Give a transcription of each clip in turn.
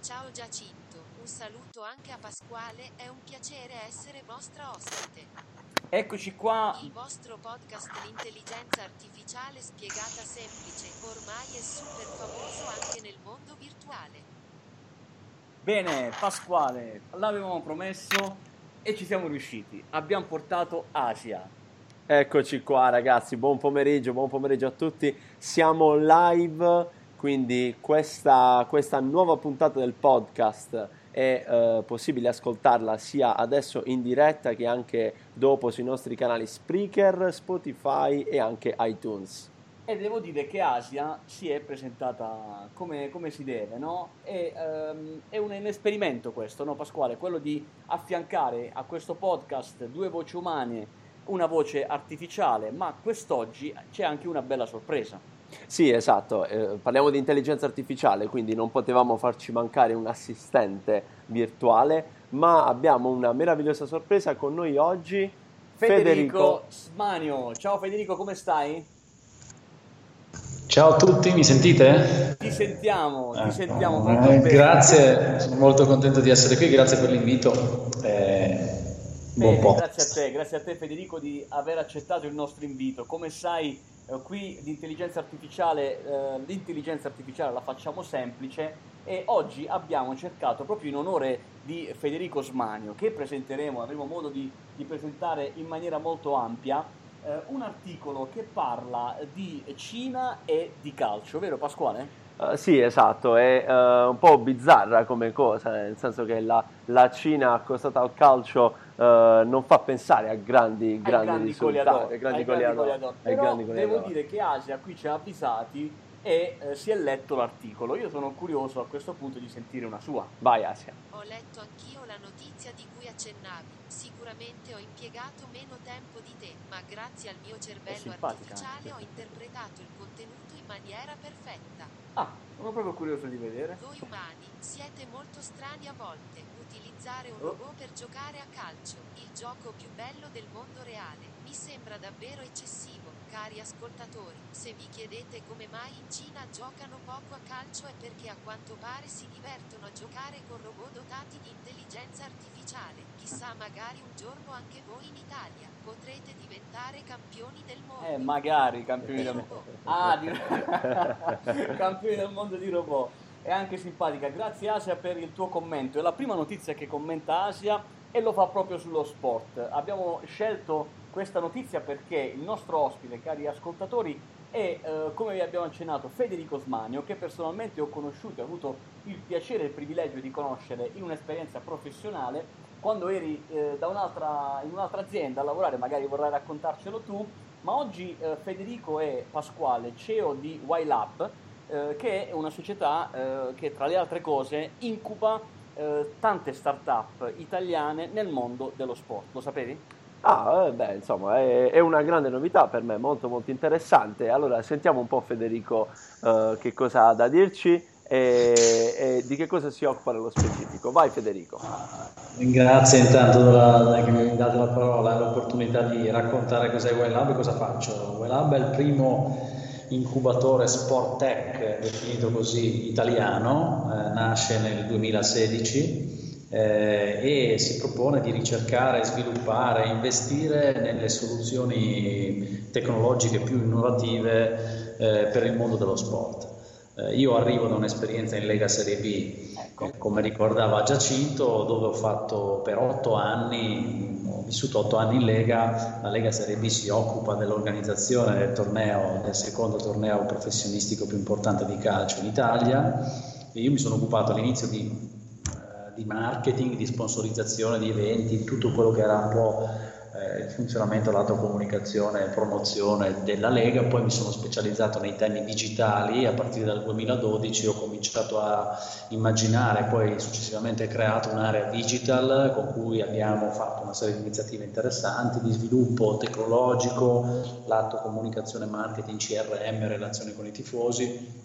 Ciao Giacinto, un saluto anche a Pasquale, è un piacere essere vostra ospite. Eccoci qua. Il vostro podcast L'intelligenza artificiale spiegata semplice, ormai è super famoso anche nel mondo virtuale. Bene, Pasquale, l'avevamo promesso e ci siamo riusciti. Abbiamo portato Asia. Eccoci qua ragazzi, buon pomeriggio a tutti. Siamo live, quindi questa nuova puntata del podcast è possibile ascoltarla sia adesso in diretta che anche dopo sui nostri canali Spreaker, Spotify e anche iTunes. E devo dire che Asia si è presentata come si deve, no? È un esperimento questo, no Pasquale? Quello di affiancare a questo podcast due voci umane, una voce artificiale, ma quest'oggi c'è anche una bella sorpresa. Sì, esatto, parliamo di intelligenza artificiale, quindi non potevamo farci mancare un assistente virtuale, ma abbiamo una meravigliosa sorpresa con noi oggi, Federico Smanio. Ciao Federico, come stai? Ciao a tutti, mi sentite? Ti sentiamo molto bene. Grazie, sono molto contento di essere qui, grazie per l'invito. Buon po'. Grazie a te Federico di aver accettato il nostro invito. Come sai, qui l'intelligenza artificiale la facciamo semplice e oggi abbiamo cercato, proprio in onore di Federico Smanio, che presenteremo, avremo modo di presentare in maniera molto ampia, un articolo che parla di Cina e di calcio, vero Pasquale? Sì, esatto, è un po' bizzarra come cosa, nel senso che la Cina accostata al calcio non fa pensare a grandi risultati, ai grandi goliatori. Però devo dire che Asia qui ci ha avvisati e si è letto l'articolo. Io sono curioso a questo punto di sentire una sua. Vai Asia. Ho letto anch'io la notizia di cui accennavi. Sicuramente ho impiegato meno tempo di te, ma grazie al mio cervello artificiale ho interpretato il contenuto in maniera perfetta. Ah, sono proprio curioso di vedere. Voi umani siete molto strani a volte. Utilizzare un robot per giocare a calcio, il gioco più bello del mondo reale, mi sembra davvero eccessivo. Cari ascoltatori, se vi chiedete come mai in Cina giocano poco a calcio è perché a quanto pare si divertono a giocare con robot dotati di intelligenza artificiale. Chissà, magari un giorno anche voi in Italia potrete diventare campioni del mondo. Magari campioni del mondo. Campioni del mondo di robot. È anche simpatica. Grazie Asia per il tuo commento. È la prima notizia che commenta Asia e lo fa proprio sullo sport. Abbiamo scelto questa notizia perché il nostro ospite, cari ascoltatori, è, come vi abbiamo accennato, Federico Smanio, che personalmente ho conosciuto e ho avuto il piacere e il privilegio di conoscere in un'esperienza professionale quando eri in un'altra azienda a lavorare, magari vorrai raccontarcelo tu, ma oggi Federico è Pasquale, CEO di YLab, che è una società che tra le altre cose incuba tante start-up italiane nel mondo dello sport, lo sapevi? Insomma, è una grande novità per me, molto molto interessante. Allora, sentiamo un po' Federico che cosa ha da dirci e di che cosa si occupa nello specifico. Vai Federico. Grazie intanto che mi date la parola, l'opportunità di raccontare cos'è YLab e cosa faccio. YLab è il primo incubatore sport tech, definito così, italiano, nasce nel 2016 e si propone di ricercare, sviluppare, investire nelle soluzioni tecnologiche più innovative per il mondo dello sport. Io arrivo da un'esperienza in Lega Serie B, come ricordava Giacinto, dove ho fatto per 8 anni, ho vissuto 8 anni in Lega. La Lega Serie B si occupa dell'organizzazione del secondo torneo professionistico più importante di calcio in Italia, e io mi sono occupato all'inizio di marketing, di sponsorizzazione di eventi, tutto quello che era un po' il funzionamento lato comunicazione e promozione della Lega. Poi mi sono specializzato nei temi digitali. A partire dal 2012 ho cominciato a immaginare, poi successivamente creato un'area digital con cui abbiamo fatto una serie di iniziative interessanti di sviluppo tecnologico, lato comunicazione, marketing, CRM, relazione con i tifosi.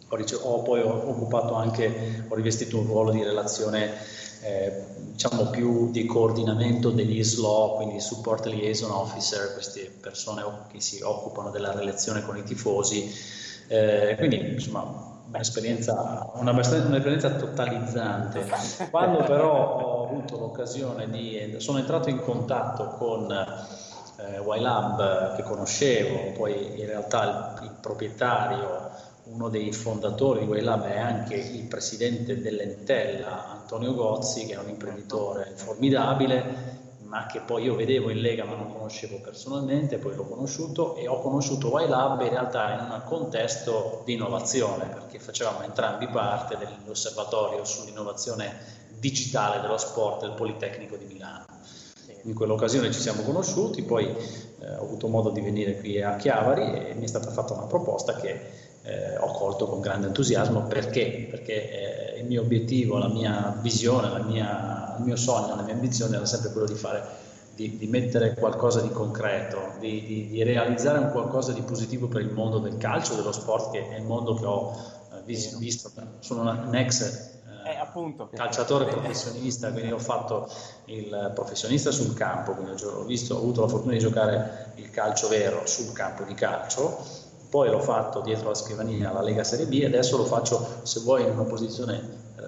Ho rivestito un ruolo di relazione diciamo più di coordinamento degli SLO, quindi Support Liaison Officer, queste persone che si occupano della relazione con i tifosi, quindi insomma un'esperienza totalizzante. Quando però ho avuto l'occasione sono entrato in contatto con YLab, che conoscevo, poi in realtà il proprietario, uno dei fondatori di YLab è anche il presidente dell'Entella, Antonio Gozzi, che è un imprenditore formidabile, ma che poi io vedevo in Lega ma non conoscevo personalmente, poi l'ho conosciuto e ho conosciuto YLab in realtà in un contesto di innovazione, perché facevamo entrambi parte dell'osservatorio sull'innovazione digitale dello sport del Politecnico di Milano. In quell'occasione ci siamo conosciuti, poi ho avuto modo di venire qui a Chiavari e mi è stata fatta una proposta che ho colto con grande entusiasmo. Perché il mio obiettivo, la mia visione, il mio sogno, la mia ambizione era sempre quello di mettere qualcosa di concreto, di realizzare un qualcosa di positivo per il mondo del calcio, dello sport, che è il mondo che ho visto. Sono un ex calciatore professionista, quindi ho fatto il professionista sul campo, quindi ho avuto la fortuna di giocare il calcio vero sul campo di calcio, poi l'ho fatto dietro la scrivania alla Lega Serie B e adesso lo faccio, se vuoi, in una posizione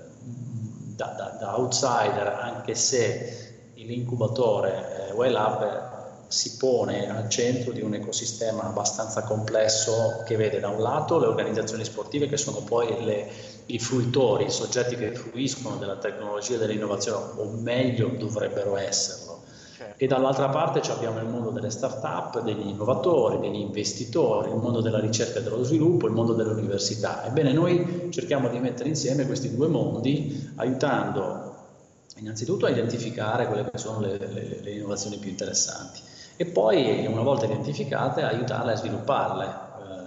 da outsider, anche se l'incubatore YLab si pone al centro di un ecosistema abbastanza complesso che vede da un lato le organizzazioni sportive, che sono poi i fruitori, i soggetti che fruiscono della tecnologia e dell'innovazione, o meglio dovrebbero esserlo, e dall'altra parte abbiamo il mondo delle start-up, degli innovatori, degli investitori, il mondo della ricerca e dello sviluppo, il mondo delle università. Ebbene, noi cerchiamo di mettere insieme questi due mondi, aiutando innanzitutto a identificare quelle che sono le innovazioni più interessanti e poi, una volta identificate, aiutarle a svilupparle,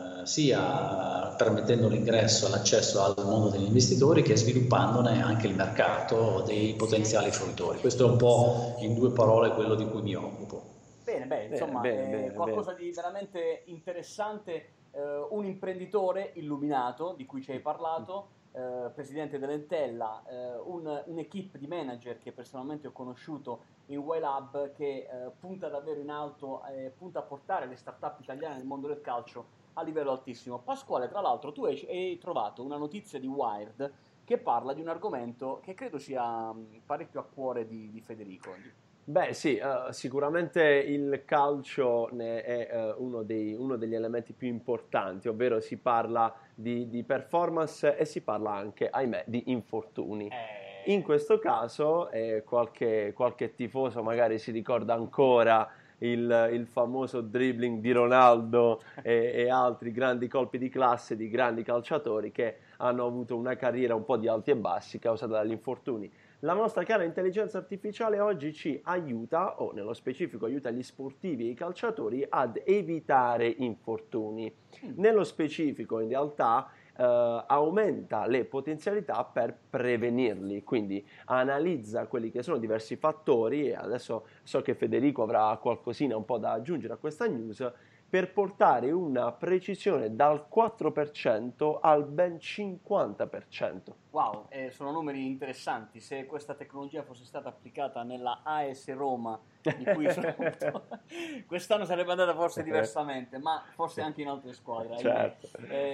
sia permettendo l'ingresso, l'accesso al mondo degli investitori, che sviluppandone anche il mercato dei potenziali fruitori. Questo è un po', in due parole, quello di cui mi occupo. Insomma, qualcosa di veramente interessante, un imprenditore illuminato di cui ci hai parlato, presidente dell'Entella, un'equipe di manager che personalmente ho conosciuto in YLab, che punta davvero in alto, punta a portare le start-up italiane nel mondo del calcio a livello altissimo. Pasquale, tra l'altro, tu hai trovato una notizia di Wired che parla di un argomento che credo sia parecchio a cuore di Federico. Beh sì, sicuramente il calcio ne è uno degli elementi più importanti, ovvero si parla di performance e si parla anche, ahimè, di infortuni. In questo caso qualche tifoso magari si ricorda ancora il famoso dribbling di Ronaldo e altri grandi colpi di classe di grandi calciatori che hanno avuto una carriera un po' di alti e bassi causata dagli infortuni. La nostra cara intelligenza artificiale oggi ci aiuta, o nello specifico aiuta gli sportivi e i calciatori ad evitare infortuni. Nello specifico, in realtà, aumenta le potenzialità per prevenirli, quindi analizza quelli che sono diversi fattori, e adesso so che Federico avrà qualcosina un po' da aggiungere a questa news, per portare una precisione dal 4% al ben 50%. Wow, sono numeri interessanti. Se questa tecnologia fosse stata applicata nella AS Roma, di cui quest'anno sarebbe andata forse diversamente, ma forse anche in altre squadre. Certo.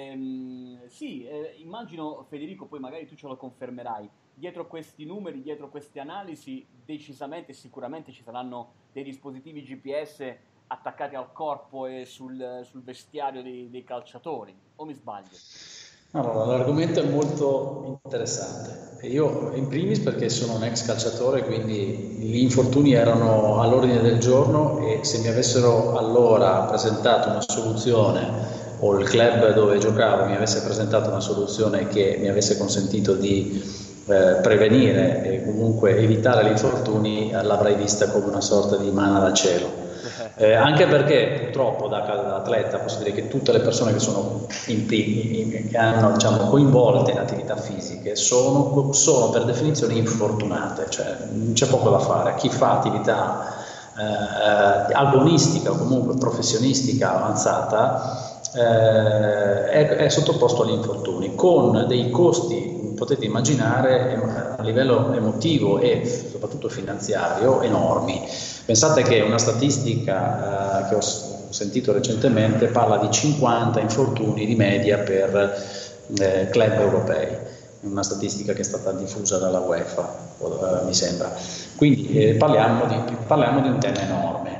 Immagino, Federico, poi magari tu ce lo confermerai, dietro questi numeri, dietro queste analisi, decisamente, sicuramente ci saranno dei dispositivi GPS attaccati al corpo e sul vestiario dei calciatori, o mi sbaglio? Allora, l'argomento è molto interessante. Io in primis perché sono un ex calciatore, quindi gli infortuni erano all'ordine del giorno, e se mi avessero allora presentato una soluzione, o il club dove giocavo mi avesse presentato una soluzione che mi avesse consentito di prevenire e comunque evitare gli infortuni, l'avrei vista come una sorta di manna dal cielo. Anche perché purtroppo da atleta posso dire che tutte le persone che sono che hanno, diciamo, coinvolte in attività fisiche sono per definizione infortunate, cioè c'è poco da fare. Chi fa attività agonistica o comunque professionistica avanzata è sottoposto agli infortuni, con dei costi, potete immaginare, a livello emotivo e soprattutto finanziario enormi. Pensate che una statistica che ho sentito recentemente parla di 50 infortuni di media per club europei, una statistica che è stata diffusa dalla UEFA, mi sembra. Quindi parliamo di un tema enorme.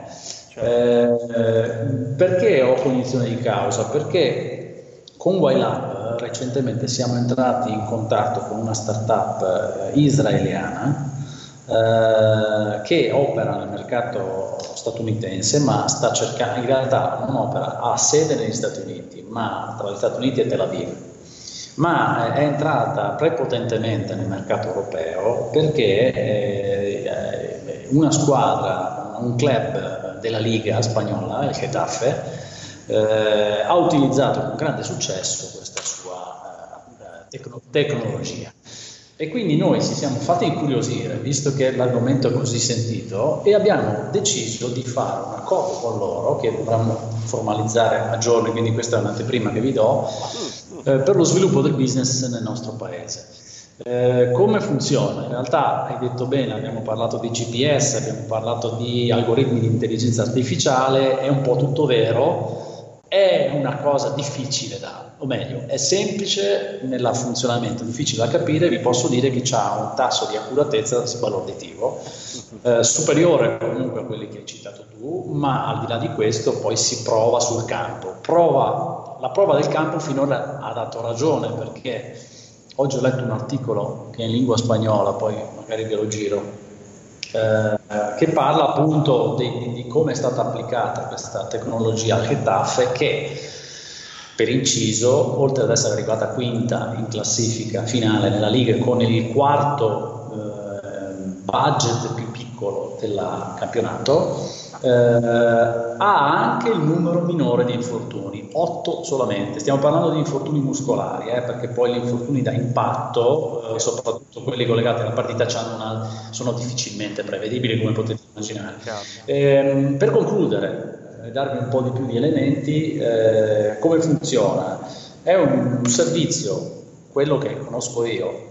Perché ho cognizione di causa? Perché con YLab recentemente siamo entrati in contatto con una startup israeliana che opera nel mercato statunitense, ma sta cercando, in realtà non opera, ha sede negli Stati Uniti, ma tra gli Stati Uniti e Tel Aviv, ma è entrata prepotentemente nel mercato europeo perché una squadra, un club della Liga spagnola, il Getafe, ha utilizzato con grande successo questa sua tecnologia. E quindi noi ci siamo fatti incuriosire, visto che l'argomento è così sentito, e abbiamo deciso di fare un accordo con loro, che dovremmo formalizzare a giorni, quindi questa è un'anteprima che vi do, per lo sviluppo del business nel nostro paese. Come funziona? In realtà hai detto bene, abbiamo parlato di GPS, abbiamo parlato di algoritmi di intelligenza artificiale, è un po' tutto vero. È una cosa difficile o meglio, è semplice nel funzionamento, difficile da capire. Vi posso dire che ha un tasso di accuratezza sbalorditivo, superiore comunque a quelli che hai citato tu, ma al di là di questo poi si prova sul campo. La prova del campo finora ha dato ragione, perché oggi ho letto un articolo che è in lingua spagnola, poi magari ve lo giro, che parla appunto di come è stata applicata questa tecnologia al Getafe, che per inciso, oltre ad essere arrivata quinta in classifica finale nella Liga con il quarto budget più piccolo del campionato, ha anche il numero minore di infortuni, 8 solamente. Stiamo parlando di infortuni muscolari, perché poi gli infortuni da impatto, soprattutto quelli collegati alla partita, sono difficilmente prevedibili, come potete immaginare. Per concludere, darvi un po' di più di elementi, come funziona? È un servizio, quello che conosco io,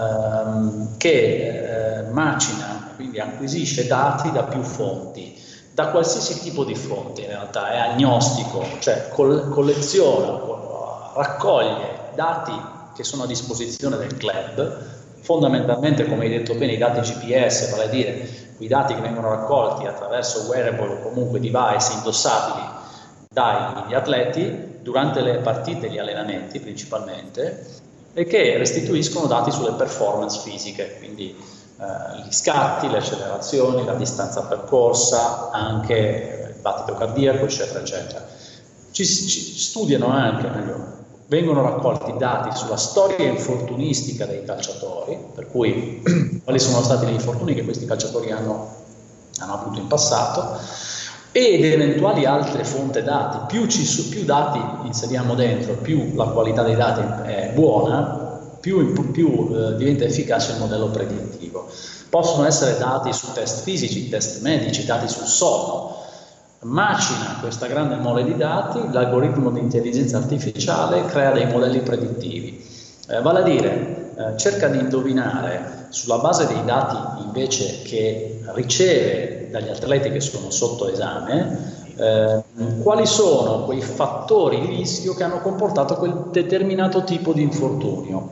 che macina, quindi acquisisce dati da più fonti, da qualsiasi tipo di fonte. In realtà è agnostico, cioè colleziona, raccoglie dati che sono a disposizione del club, fondamentalmente, come hai detto bene, i dati GPS, vale a dire i dati che vengono raccolti attraverso wearable o comunque device indossabili dagli atleti durante le partite e gli allenamenti principalmente, e che restituiscono dati sulle performance fisiche, quindi gli scatti, le accelerazioni, la distanza percorsa, anche il battito cardiaco, eccetera, eccetera. Ci studiano anche, vengono raccolti dati sulla storia infortunistica dei calciatori, per cui quali sono stati gli infortuni che questi calciatori hanno avuto in passato, ed eventuali altre fonti dati. Più dati inseriamo dentro, più la qualità dei dati è buona, più diventa efficace il modello predittivo. Possono essere dati su test fisici, test medici, dati sul sonno. Macina questa grande mole di dati, l'algoritmo di intelligenza artificiale crea dei modelli predittivi, vale a dire cerca di indovinare, sulla base dei dati invece che riceve dagli atleti che sono sotto esame, quali sono quei fattori di rischio che hanno comportato quel determinato tipo di infortunio,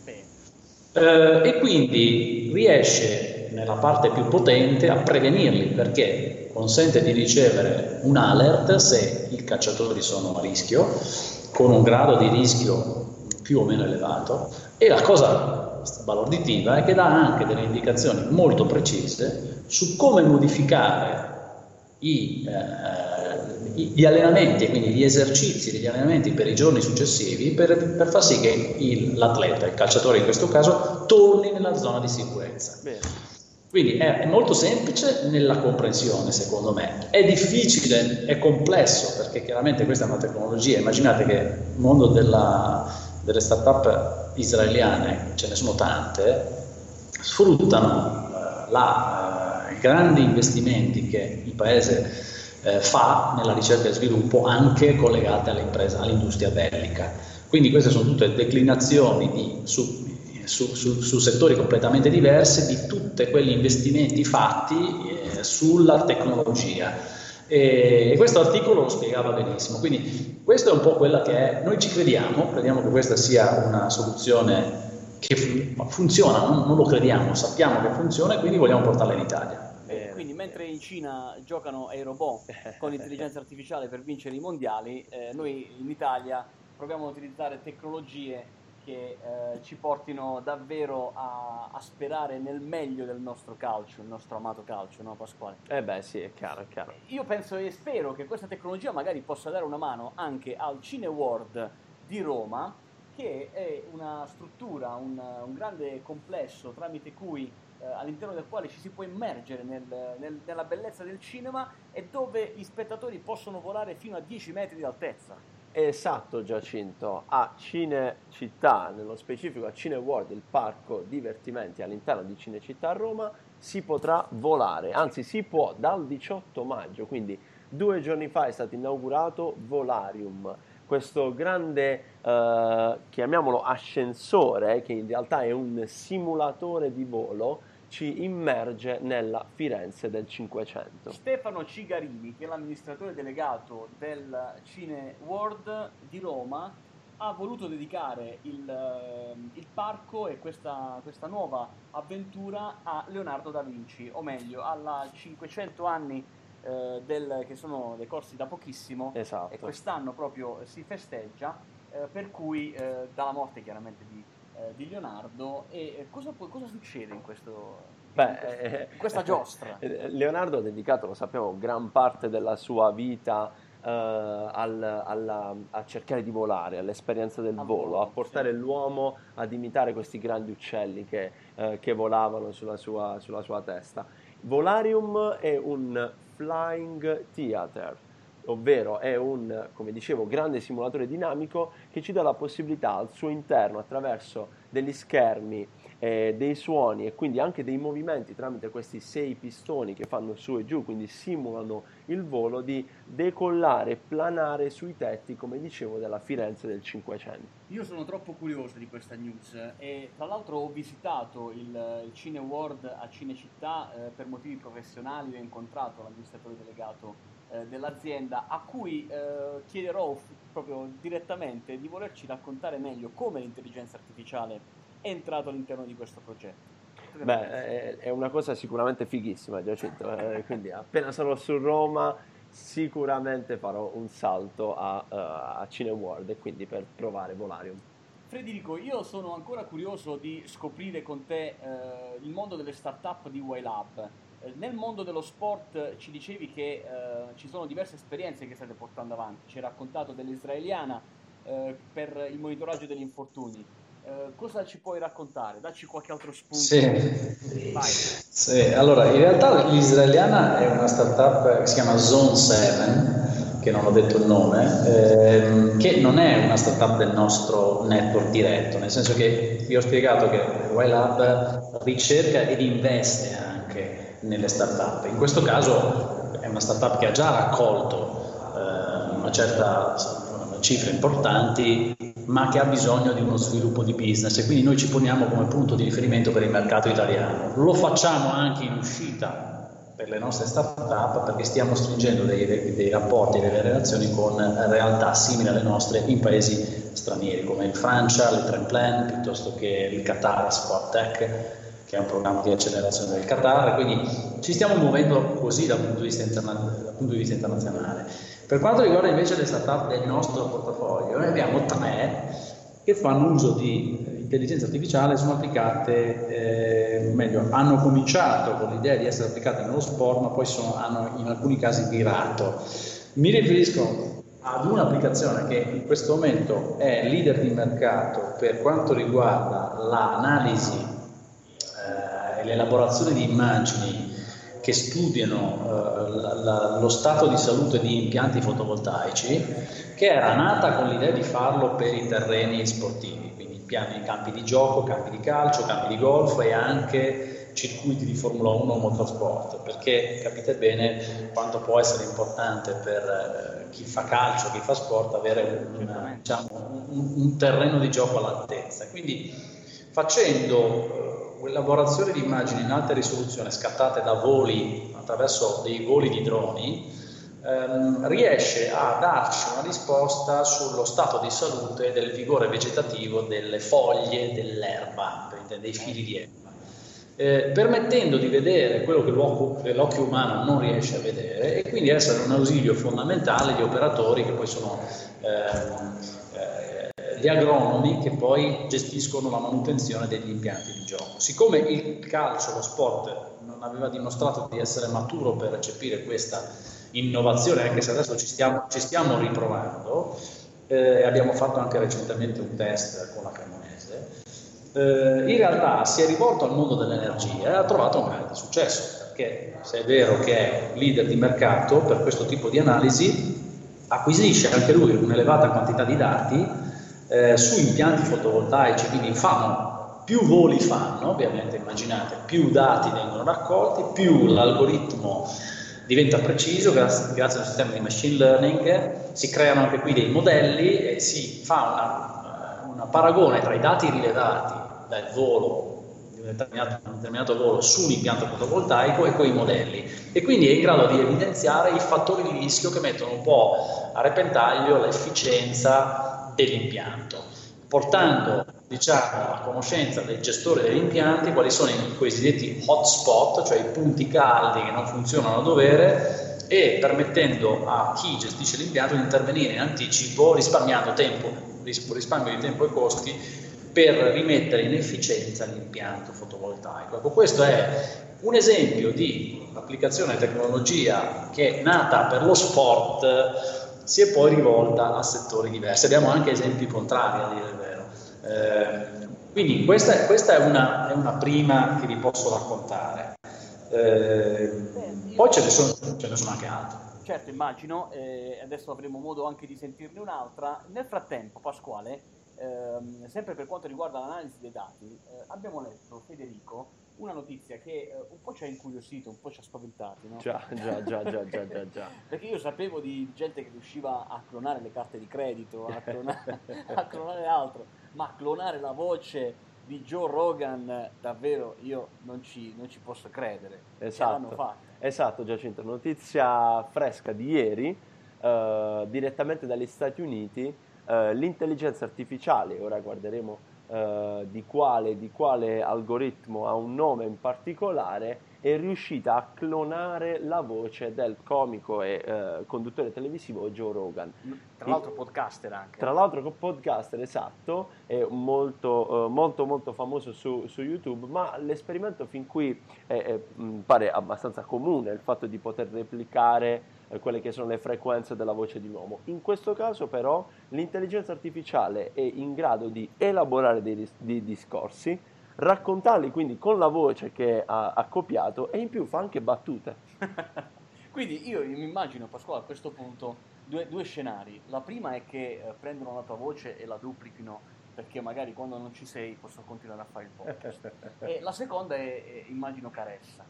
e quindi riesce nella parte più potente a prevenirli, perché consente di ricevere un alert se i calciatori sono a rischio, con un grado di rischio più o meno elevato, e la cosa sbalorditiva è che dà anche delle indicazioni molto precise su come modificare gli allenamenti, quindi gli esercizi degli allenamenti per i giorni successivi, per far sì che l'atleta, il calciatore in questo caso, torni nella zona di sicurezza. Bene. Quindi è molto semplice nella comprensione, secondo me. È difficile, è complesso, perché chiaramente questa è una tecnologia. Immaginate che il mondo delle start-up israeliane, ce ne sono tante, sfruttano i grandi investimenti che il paese fa nella ricerca e sviluppo, anche collegate all'industria bellica. Quindi queste sono tutte declinazioni su settori completamente diversi di tutti quegli investimenti fatti sulla tecnologia. E questo articolo lo spiegava benissimo. Quindi questo è un po' quella che è, noi ci crediamo che questa sia una soluzione che funziona, non lo crediamo, sappiamo che funziona e quindi vogliamo portarla in Italia. Quindi mentre in Cina giocano ai robot con l'intelligenza artificiale per vincere i mondiali, noi in Italia proviamo a utilizzare tecnologie che ci portino davvero a sperare nel meglio del nostro calcio, il nostro amato calcio, no Pasquale? Beh sì, è chiaro. Io penso e spero che questa tecnologia magari possa dare una mano anche al Cineworld di Roma, che è una struttura, un grande complesso tramite cui all'interno del quale ci si può immergere nella bellezza del cinema e dove gli spettatori possono volare fino a 10 metri di altezza. Esatto Giacinto, a Cinecittà, nello specifico a Cineworld, il parco divertimenti all'interno di Cinecittà a Roma, si potrà volare, anzi si può dal 18 maggio, quindi 2 giorni fa è stato inaugurato Volarium, questo grande, chiamiamolo ascensore, che in realtà è un simulatore di volo, ci immerge nella Firenze del Cinquecento. Stefano Cigarini, che è l'amministratore delegato del Cineworld di Roma, ha voluto dedicare il parco e questa nuova avventura a Leonardo da Vinci, o meglio, alla 500 anni che sono decorsi da pochissimo. Esatto. E quest'anno proprio si festeggia, per cui dalla morte chiaramente di Leonardo. E cosa succede in questa giostra? Leonardo ha dedicato, lo sappiamo, gran parte della sua vita a cercare di volare, all'esperienza del volo, a portare l'uomo ad imitare questi grandi uccelli che volavano sulla sua testa. Volarium è un flying theater, ovvero è un, come dicevo, grande simulatore dinamico che ci dà la possibilità al suo interno, attraverso degli schermi, dei suoni e quindi anche dei movimenti tramite questi 6 pistoni che fanno su e giù, quindi simulano il volo, di decollare e planare sui tetti, come dicevo, della Firenze del Cinquecento. Io sono troppo curioso di questa news e tra l'altro ho visitato il Cineworld a Cinecittà per motivi professionali, ho incontrato l'amministratore delegato dell'azienda, a cui chiederò proprio direttamente di volerci raccontare meglio come l'intelligenza artificiale è entrato all'interno di questo progetto. Beh, è una cosa sicuramente fighissima, Giacinto, quindi appena sarò su Roma sicuramente farò un salto a Cineworld e quindi per provare Volarium. Federico, io sono ancora curioso di scoprire con te il mondo delle start-up di YLab. Nel mondo dello sport ci dicevi che ci sono diverse esperienze che state portando avanti, ci hai raccontato dell'israeliana per il monitoraggio degli infortuni. Cosa ci puoi raccontare? Dacci qualche altro spunto. Sì. Vai. Sì, allora in realtà l'israeliana è una startup che si chiama Zone 7, che non ho detto il nome, che non è una startup del nostro network diretto, nel senso che vi ho spiegato che YLab ricerca ed investe anche nelle startup. In questo caso è una startup che ha già raccolto una certa cifre importanti, ma che ha bisogno di uno sviluppo di business e quindi noi ci poniamo come punto di riferimento per il mercato italiano. Lo facciamo anche in uscita per le nostre start-up perché stiamo stringendo dei rapporti e delle relazioni con realtà simili alle nostre in paesi stranieri come il Francia, il Tremplin, piuttosto che il Qatar Sporttech, che è un programma di accelerazione del Qatar, quindi ci stiamo muovendo così dal punto di vista internazionale. Per quanto riguarda invece le startup del nostro portafoglio, noi abbiamo 3 che fanno uso di intelligenza artificiale, sono applicate, hanno cominciato con l'idea di essere applicate nello sport, ma poi hanno in alcuni casi virato. Mi riferisco ad un'applicazione che in questo momento è leader di mercato per quanto riguarda l'analisi e l'elaborazione di immagini che studiano lo stato di salute di impianti fotovoltaici, che era nata con l'idea di farlo per i terreni sportivi, quindi campi di gioco, campi di calcio, campi di golf e anche circuiti di Formula 1 o motorsport, perché capite bene quanto può essere importante per chi fa calcio, chi fa sport, avere un terreno di gioco all'altezza. Quindi facendo elaborazione di immagini in alta risoluzione scattate da voli, attraverso dei voli di droni, riesce a darci una risposta sullo stato di salute del vigore vegetativo delle foglie dell'erba, dei fili di erba, permettendo di vedere quello che l'occhio umano non riesce a vedere, e quindi essere un ausilio fondamentale di operatori che poi sono gli agronomi, che poi gestiscono la manutenzione degli impianti di gioco. Siccome il calcio, lo sport, non aveva dimostrato di essere maturo per recepire questa innovazione, anche se adesso ci stiamo riprovando, e abbiamo fatto anche recentemente un test con la Cremonese, in realtà si è rivolto al mondo dell'energia e ha trovato un grande successo, perché se è vero che è leader di mercato per questo tipo di analisi, acquisisce anche lui un'elevata quantità di dati su impianti fotovoltaici, quindi più voli fanno, ovviamente immaginate, più dati vengono raccolti, più l'algoritmo diventa preciso grazie a un sistema di machine learning, si creano anche qui dei modelli e si fa una paragone tra i dati rilevati dal volo di un determinato volo su un impianto fotovoltaico e quei modelli, e quindi è in grado di evidenziare i fattori di rischio che mettono un po' a repentaglio l'efficienza dell'impianto, portando a conoscenza del gestore degli impianti quali sono i cosiddetti hotspot, cioè i punti caldi che non funzionano a dovere, e permettendo a chi gestisce l'impianto di intervenire in anticipo, risparmiando tempo, risparmio di tempo e costi, per rimettere in efficienza l'impianto fotovoltaico. Ecco, questo è un esempio di applicazione tecnologia che è nata per lo sport, si è poi rivolta a settori diversi. Abbiamo anche esempi contrari, a dire il vero. Quindi questa è una prima che vi posso raccontare. Poi ce ne sono anche altre. Certo, immagino, adesso avremo modo anche di sentirne un'altra. Nel frattempo, Pasquale, sempre per quanto riguarda l'analisi dei dati, abbiamo letto, Federico, una notizia che un po' ci ha incuriosito, un po' ci ha spaventati, no? Già. Perché io sapevo di gente che riusciva a clonare le carte di credito, a clonare altro, ma clonare la voce di Joe Rogan, davvero io non ci posso credere. Esatto, Giacinto, notizia fresca di ieri, direttamente dagli Stati Uniti, l'intelligenza artificiale, ora guarderemo di quale algoritmo ha un nome in particolare, è riuscita a clonare la voce del comico e conduttore televisivo Joe Rogan. Tra l'altro podcaster anche. Tra l'altro podcaster, esatto, è molto famoso su YouTube, ma l'esperimento fin qui pare abbastanza comune, il fatto di poter replicare quelle che sono le frequenze della voce di un uomo. In questo caso però l'intelligenza artificiale è in grado di elaborare dei discorsi, raccontarli quindi con la voce che ha copiato, e in più fa anche battute. Quindi io mi immagino, Pasquale, a questo punto due scenari. La prima è che prendono la tua voce e la duplichino, perché magari quando non ci sei posso continuare a fare il podcast. E la seconda è immagino Caressa.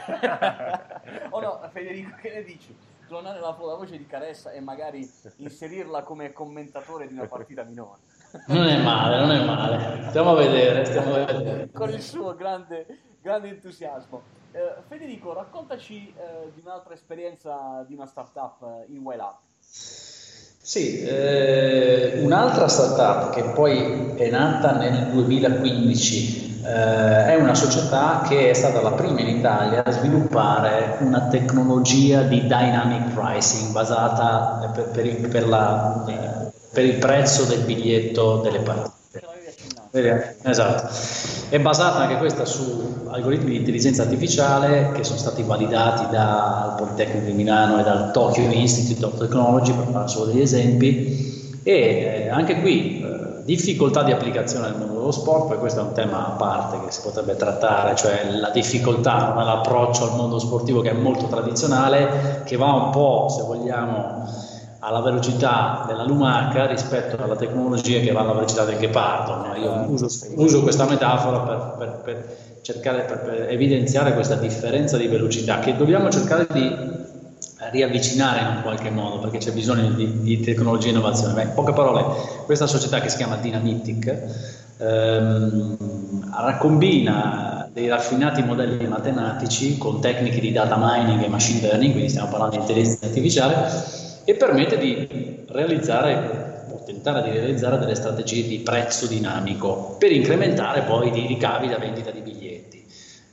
O no, Federico, che ne dici? Clonare la voce di Caressa e magari inserirla come commentatore di una partita minore. Non è male. Stiamo a vedere. Con il suo grande entusiasmo. Federico, raccontaci di un'altra esperienza di una startup in WiLab. Sì, un'altra startup che poi è nata nel 2015, è una società che è stata la prima in Italia a sviluppare una tecnologia di dynamic pricing basata per il prezzo del biglietto delle partite. Esatto. È basata anche questa su algoritmi di intelligenza artificiale che sono stati validati dal Politecnico di Milano e dal Tokyo Institute of Technology, per fare solo degli esempi, e anche qui difficoltà di applicazione nel mondo dello sport, poi questo è un tema a parte che si potrebbe trattare, cioè la difficoltà nell'approccio al mondo sportivo, che è molto tradizionale, che va un po', se vogliamo, alla velocità della lumaca rispetto alla tecnologia che va alla velocità del ghepardo, no? Io uso questa metafora per cercare, per evidenziare questa differenza di velocità che dobbiamo cercare di riavvicinare in un qualche modo, perché c'è bisogno di tecnologia e innovazione. In poche parole, questa società, che si chiama Dynamitic, raccombina dei raffinati modelli matematici con tecniche di data mining e machine learning, quindi stiamo parlando di intelligenza artificiale, e permette di realizzare o tentare di realizzare delle strategie di prezzo dinamico per incrementare poi i ricavi da vendita di biglietti.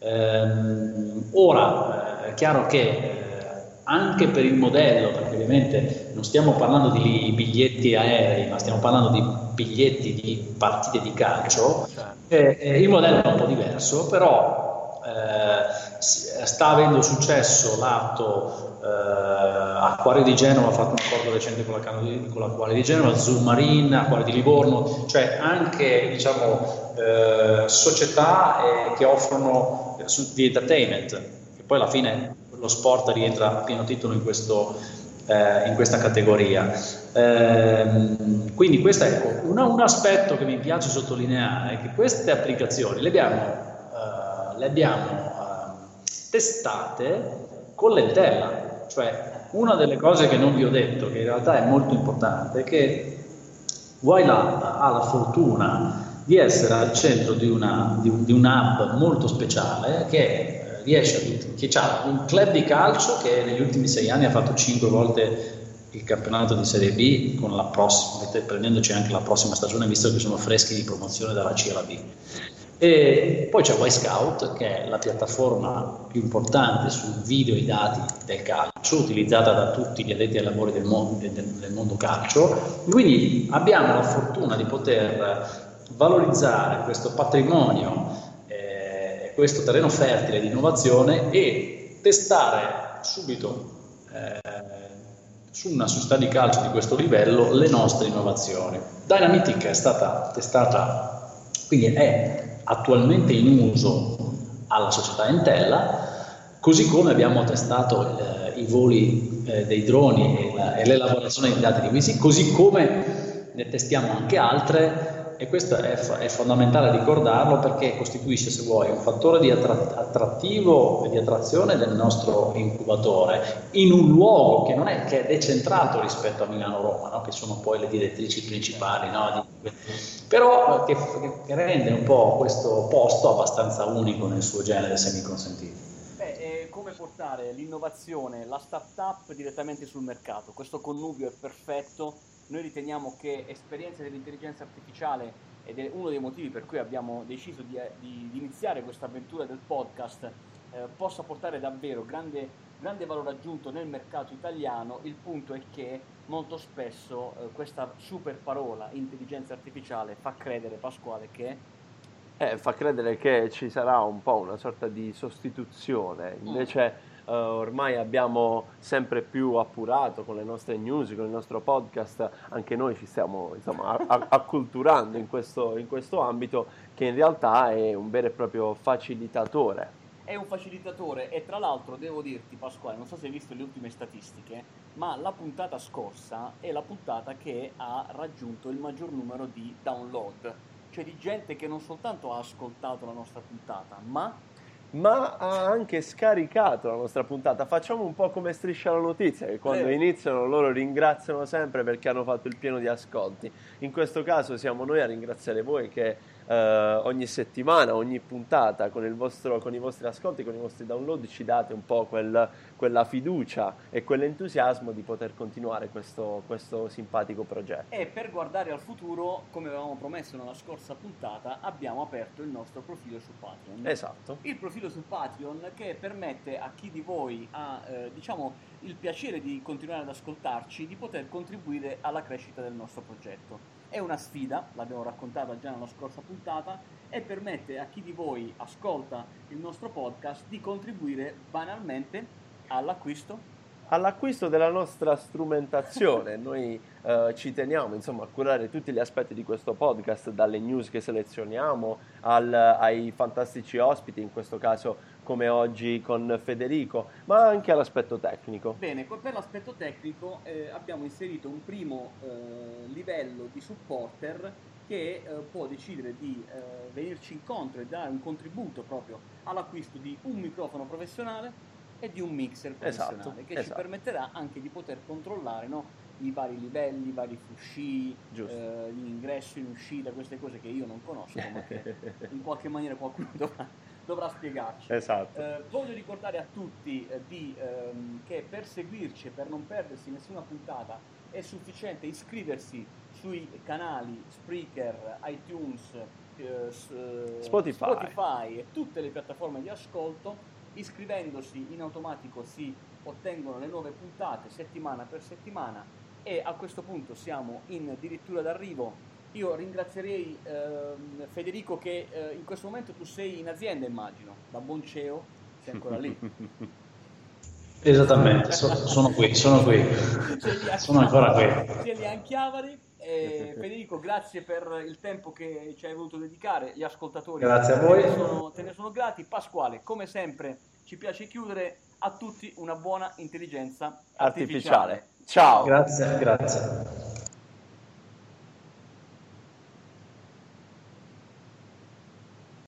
Ora, è chiaro che anche per il modello, perché ovviamente non stiamo parlando di biglietti aerei, ma stiamo parlando di biglietti di partite di calcio, il modello è un po' diverso, però sta avendo successo lato Acquario di Genova ha fatto un accordo recente con l'Acquario di Genova, Zulmarin, Acquario di Livorno, cioè anche diciamo società che offrono di entertainment, che poi alla fine lo sport rientra a pieno titolo in questa categoria. Quindi questo è un aspetto che mi piace sottolineare, è che queste applicazioni le abbiamo testate con l'entella. Cioè, una delle cose che non vi ho detto, che in realtà è molto importante, è che YLab ha la fortuna di essere al centro di un hub molto speciale che ha un club di calcio che negli ultimi 6 anni ha fatto 5 volte il campionato di Serie B, prendendoci anche la prossima stagione, visto che sono freschi di promozione dalla C alla B. E poi c'è Y-Scout, che è la piattaforma più importante sul video e i dati del calcio, utilizzata da tutti gli addetti ai lavori del mondo calcio. Quindi abbiamo la fortuna di poter valorizzare questo patrimonio, questo terreno fertile di innovazione e testare subito su una società di calcio di questo livello le nostre innovazioni. Dynamitic è stata testata, quindi è attualmente in uso alla società Entella, così come abbiamo testato i voli dei droni e l'elaborazione di dati di questi, così come ne testiamo anche altre, e questo è fondamentale ricordarlo perché costituisce, se vuoi, un fattore di attrattivo e di attrazione del nostro incubatore in un luogo che non è, che è decentrato rispetto a Milano-Roma, no? Che sono poi le direttrici principali, no? Però che rende un po' questo posto abbastanza unico nel suo genere, se mi consentite. È come portare l'innovazione, la startup direttamente sul mercato. Questo connubio è perfetto. Noi riteniamo che esperienze dell'intelligenza artificiale, ed è uno dei motivi per cui abbiamo deciso di iniziare questa avventura del podcast, possa portare davvero grande valore aggiunto nel mercato italiano. Il punto è che molto spesso questa super parola intelligenza artificiale fa credere, Pasquale, fa credere che ci sarà un po' una sorta di sostituzione, invece ormai abbiamo sempre più appurato con le nostre news, con il nostro podcast, anche noi ci stiamo insomma acculturando in questo ambito, che in realtà è un vero e proprio facilitatore. È un facilitatore. E tra l'altro devo dirti, Pasquale, non so se hai visto le ultime statistiche, ma la puntata scorsa è la puntata che ha raggiunto il maggior numero di download, cioè di gente che non soltanto ha ascoltato la nostra puntata, ma ha anche scaricato la nostra puntata. Facciamo un po' come Striscia la Notizia, che quando iniziano loro ringraziano sempre perché hanno fatto il pieno di ascolti. In questo caso siamo noi a ringraziare voi che ogni settimana, ogni puntata con i vostri ascolti, con i vostri download ci date un po' quella fiducia e quell'entusiasmo di poter continuare questo simpatico progetto. E per guardare al futuro, come avevamo promesso nella scorsa puntata, abbiamo aperto il nostro profilo su Patreon. Esatto. Il profilo su Patreon che permette a chi di voi ha il piacere di continuare ad ascoltarci di poter contribuire alla crescita del nostro progetto. È una sfida, l'abbiamo raccontata già nella scorsa puntata, e permette a chi di voi ascolta il nostro podcast di contribuire banalmente all'acquisto della nostra strumentazione. Noi ci teniamo insomma a curare tutti gli aspetti di questo podcast, dalle news che selezioniamo ai fantastici ospiti, in questo caso come oggi con Federico, ma anche all'aspetto tecnico. Bene, per l'aspetto tecnico abbiamo inserito un primo livello di supporter che può decidere di venirci incontro e dare un contributo proprio all'acquisto di un microfono professionale e di un mixer professionale, che ci permetterà anche di poter controllare, no, i vari livelli, i vari flusci, Giusto. l'ingresso in uscita, queste cose che io non conosco, ma che in qualche maniera qualcuno dovrà spiegarci. Esatto. Voglio ricordare a tutti che per seguirci e per non perdersi nessuna puntata è sufficiente iscriversi sui canali Spreaker, iTunes, Spotify e tutte le piattaforme di ascolto. Iscrivendosi in automatico si ottengono le nuove puntate settimana per settimana e a questo punto siamo in addirittura d'arrivo. Io ringrazierei Federico che in questo momento tu sei in azienda, immagino, da buon CEO, sei ancora lì. Esattamente, sono qui, sono ancora qui. Sei lì a Chiavari. Federico, grazie per il tempo che ci hai voluto dedicare, gli ascoltatori Grazie a voi. te ne sono grati. Pasquale, come sempre ci piace chiudere, a tutti una buona intelligenza artificiale. Ciao. Grazie.